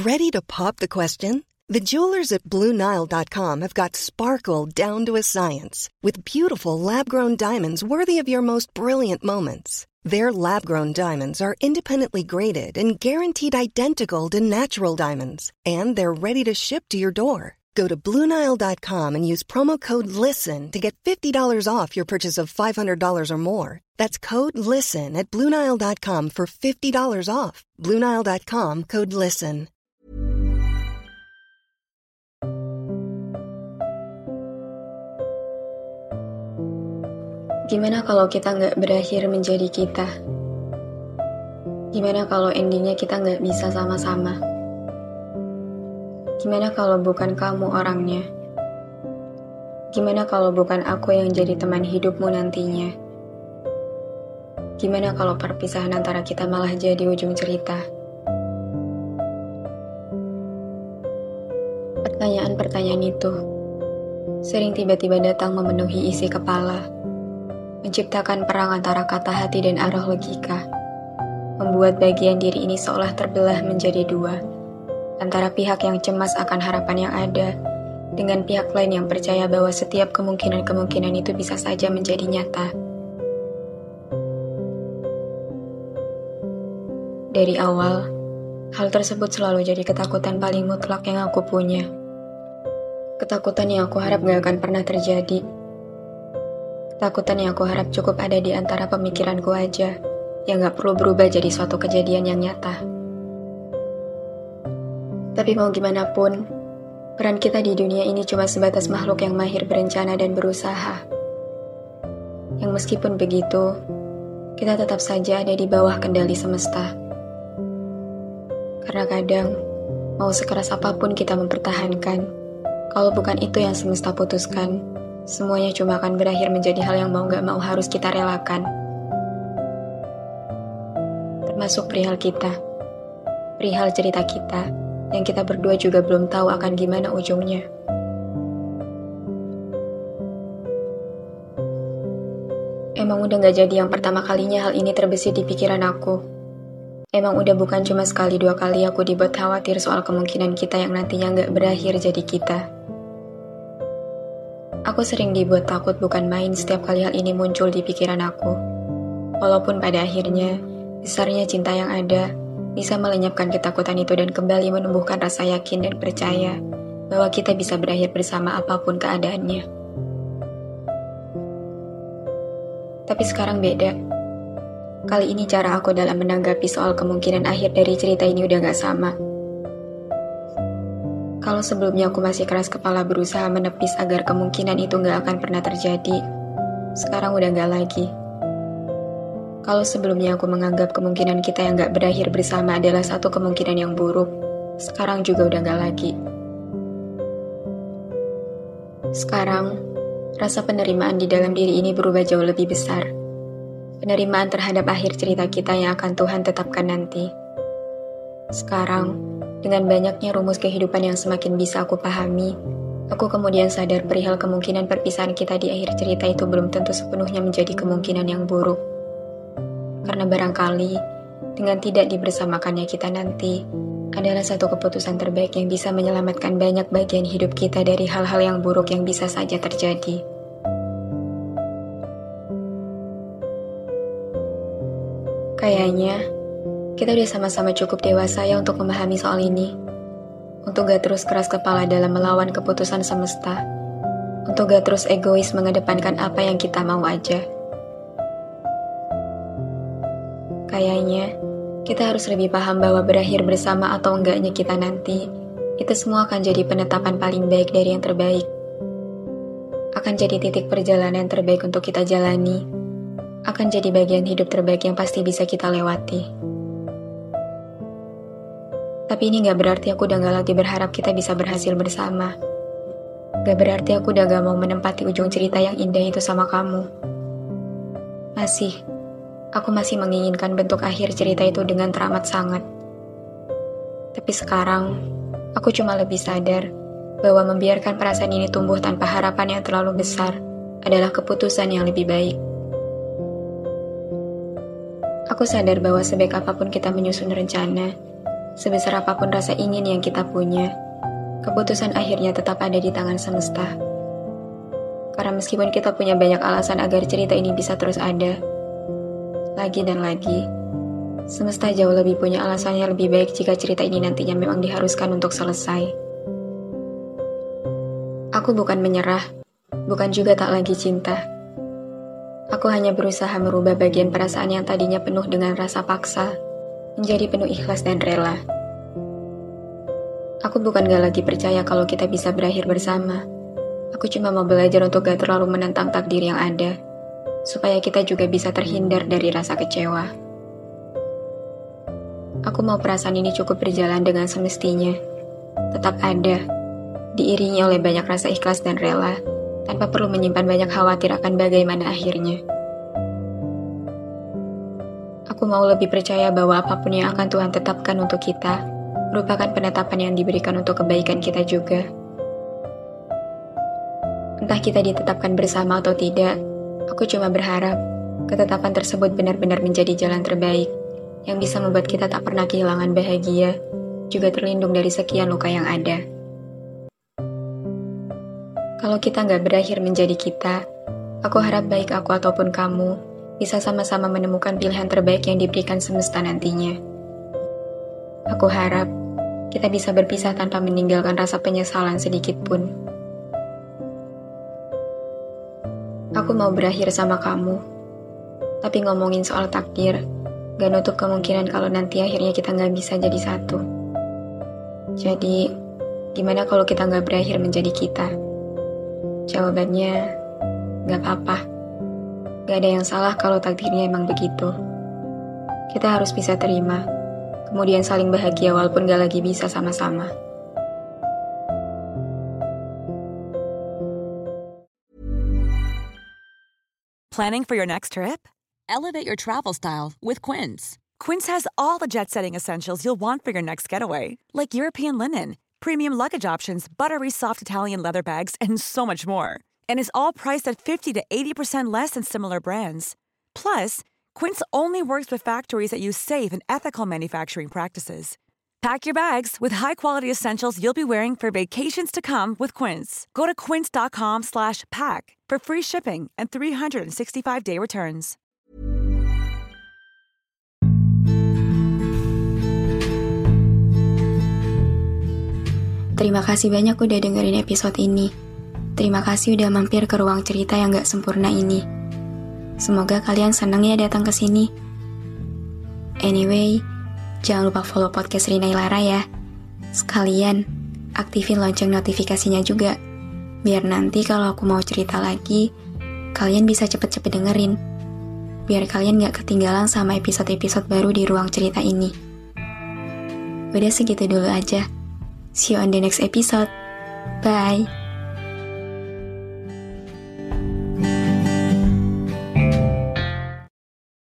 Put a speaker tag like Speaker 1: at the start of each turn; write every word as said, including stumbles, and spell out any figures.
Speaker 1: Ready to pop the question? The jewelers at Blue Nile dot com have got sparkle down to a science with beautiful lab-grown diamonds worthy of your most brilliant moments. Their lab-grown diamonds are independently graded and guaranteed identical to natural diamonds, and they're ready to ship to your door. Go to Blue Nile dot com and use promo code LISTEN to get fifty dollars off your purchase of five hundred dollars or more. That's code LISTEN at Blue Nile dot com for fifty dollars off. Blue Nile dot com, code LISTEN.
Speaker 2: Gimana kalau kita nggak berakhir menjadi kita? Gimana kalau endingnya kita nggak bisa sama-sama? Gimana kalau bukan kamu orangnya? Gimana kalau bukan aku yang jadi teman hidupmu nantinya? Gimana kalau perpisahan antara kita malah jadi ujung cerita? Pertanyaan-pertanyaan itu sering tiba-tiba datang memenuhi isi kepala, menciptakan perang antara kata hati dan arah logika, membuat bagian diri ini seolah terbelah menjadi dua, antara pihak yang cemas akan harapan yang ada, dengan pihak lain yang percaya bahwa setiap kemungkinan-kemungkinan itu bisa saja menjadi nyata. Dari awal, hal tersebut selalu jadi ketakutan paling mutlak yang aku punya. Ketakutan yang aku harap gak akan pernah terjadi. Ketakutan yang aku harap cukup ada di antara pemikiranku aja, yang gak perlu berubah jadi suatu kejadian yang nyata. Tapi mau gimana pun, peran kita di dunia ini cuma sebatas makhluk yang mahir berencana dan berusaha. Yang meskipun begitu, kita tetap saja ada di bawah kendali semesta. Karena kadang, mau sekeras apapun kita mempertahankan, kalau bukan itu yang semesta putuskan, semuanya cuma akan berakhir menjadi hal yang mau gak mau harus kita relakan. Termasuk perihal kita, perihal cerita kita, yang kita berdua juga belum tahu akan gimana ujungnya. Emang udah gak jadi yang pertama kalinya hal ini terbesit di pikiran aku. Emang udah bukan cuma sekali dua kali aku dibuat khawatir soal kemungkinan kita yang nantinya gak berakhir jadi kita. Aku sering dibuat takut bukan main setiap kali hal ini muncul di pikiran aku. Walaupun pada akhirnya, besarnya cinta yang ada bisa melenyapkan ketakutan itu dan kembali menumbuhkan rasa yakin dan percaya bahwa kita bisa berakhir bersama apapun keadaannya. Tapi sekarang beda. Kali ini cara aku dalam menanggapi soal kemungkinan akhir dari cerita ini udah gak sama. Kalau sebelumnya aku masih keras kepala berusaha menepis agar kemungkinan itu gak akan pernah terjadi, sekarang udah gak lagi. Kalau sebelumnya aku menganggap kemungkinan kita yang gak berakhir bersama adalah satu kemungkinan yang buruk, sekarang juga udah gak lagi. Sekarang, rasa penerimaan di dalam diri ini berubah jauh lebih besar. Penerimaan terhadap akhir cerita kita yang akan Tuhan tetapkan nanti. Sekarang, dengan banyaknya rumus kehidupan yang semakin bisa aku pahami, aku kemudian sadar perihal kemungkinan perpisahan kita di akhir cerita itu belum tentu sepenuhnya menjadi kemungkinan yang buruk. Karena barangkali, dengan tidak dibersamakannya kita nanti, adalah satu keputusan terbaik yang bisa menyelamatkan banyak bagian hidup kita dari hal-hal yang buruk yang bisa saja terjadi. Kayaknya, kita udah sama-sama cukup dewasa ya untuk memahami soal ini. Untuk gak terus keras kepala dalam melawan keputusan semesta. Untuk gak terus egois mengedepankan apa yang kita mau aja. Kayaknya, kita harus lebih paham bahwa berakhir bersama atau enggaknya kita nanti, itu semua akan jadi penetapan paling baik dari yang terbaik. Akan jadi titik perjalanan terbaik untuk kita jalani. Akan jadi bagian hidup terbaik yang pasti bisa kita lewati. Tapi ini gak berarti aku udah gak lagi berharap kita bisa berhasil bersama. Gak berarti aku udah gak mau menempati ujung cerita yang indah itu sama kamu. Masih. Aku masih menginginkan bentuk akhir cerita itu dengan teramat sangat. Tapi sekarang, aku cuma lebih sadar bahwa membiarkan perasaan ini tumbuh tanpa harapan yang terlalu besar adalah keputusan yang lebih baik. Aku sadar bahwa sebaik apapun kita menyusun rencana, Sebesar apapun rasa ingin yang kita punya, keputusan akhirnya tetap ada di tangan semesta. Karena meskipun kita punya banyak alasan agar cerita ini bisa terus ada, lagi dan lagi, semesta jauh lebih punya alasan yang lebih baik jika cerita ini nantinya memang diharuskan untuk selesai. Aku bukan menyerah, bukan juga tak lagi cinta. Aku hanya berusaha merubah bagian perasaan yang tadinya penuh dengan rasa paksa, menjadi penuh ikhlas dan rela. Aku bukan gak lagi percaya kalau kita bisa berakhir bersama. Aku cuma mau belajar untuk gak terlalu menentang takdir yang ada, supaya kita juga bisa terhindar dari rasa kecewa. Aku mau perasaan ini cukup berjalan dengan semestinya, tetap ada, diiringi oleh banyak rasa ikhlas dan rela, tanpa perlu menyimpan banyak khawatir akan bagaimana akhirnya. Aku mau lebih percaya bahwa apapun yang akan Tuhan tetapkan untuk kita, merupakan penetapan yang diberikan untuk kebaikan kita juga. Entah kita ditetapkan bersama atau tidak, aku cuma berharap ketetapan tersebut benar-benar menjadi jalan terbaik, yang bisa membuat kita tak pernah kehilangan bahagia, juga terlindung dari sekian luka yang ada. Kalau kita nggak berakhir menjadi kita, aku harap baik aku ataupun kamu bisa sama-sama menemukan pilihan terbaik yang diberikan semesta nantinya. Aku harap kita bisa berpisah tanpa meninggalkan rasa penyesalan sedikit pun. Aku mau berakhir sama kamu, tapi ngomongin soal takdir, gak nutup kemungkinan kalau nanti akhirnya kita gak bisa jadi satu. Jadi, gimana kalau kita gak berakhir menjadi kita? Jawabannya, gak apa-apa. Gak ada yang salah kalau takdirnya emang begitu. Kita harus bisa terima, kemudian saling bahagia walaupun gak lagi bisa sama-sama.
Speaker 3: Planning for your next trip? Elevate your travel style with Quince. Quince has all the jet-setting essentials you'll want for your next getaway, like European linen, premium luggage options, buttery soft Italian leather bags, and so much more. And is all priced at fifty to eighty percent less than similar brands. Plus, Quince only works with factories that use safe and ethical manufacturing practices. Pack your bags with high-quality essentials you'll be wearing for vacations to come with Quince. Go to quince.com slash pack for free shipping and three sixty-five day returns.
Speaker 2: Terima kasih banyak udah dengerin episode ini. Terima kasih udah mampir ke ruang cerita yang gak sempurna ini. Semoga kalian senang ya datang ke sini. Anyway, jangan lupa follow podcast Rina Ilara ya. Sekalian, aktifin lonceng notifikasinya juga. Biar nanti kalau aku mau cerita lagi, kalian bisa cepet-cepet dengerin. Biar kalian gak ketinggalan sama episode-episode baru di ruang cerita ini. Udah segitu dulu aja. See you on the next episode. Bye.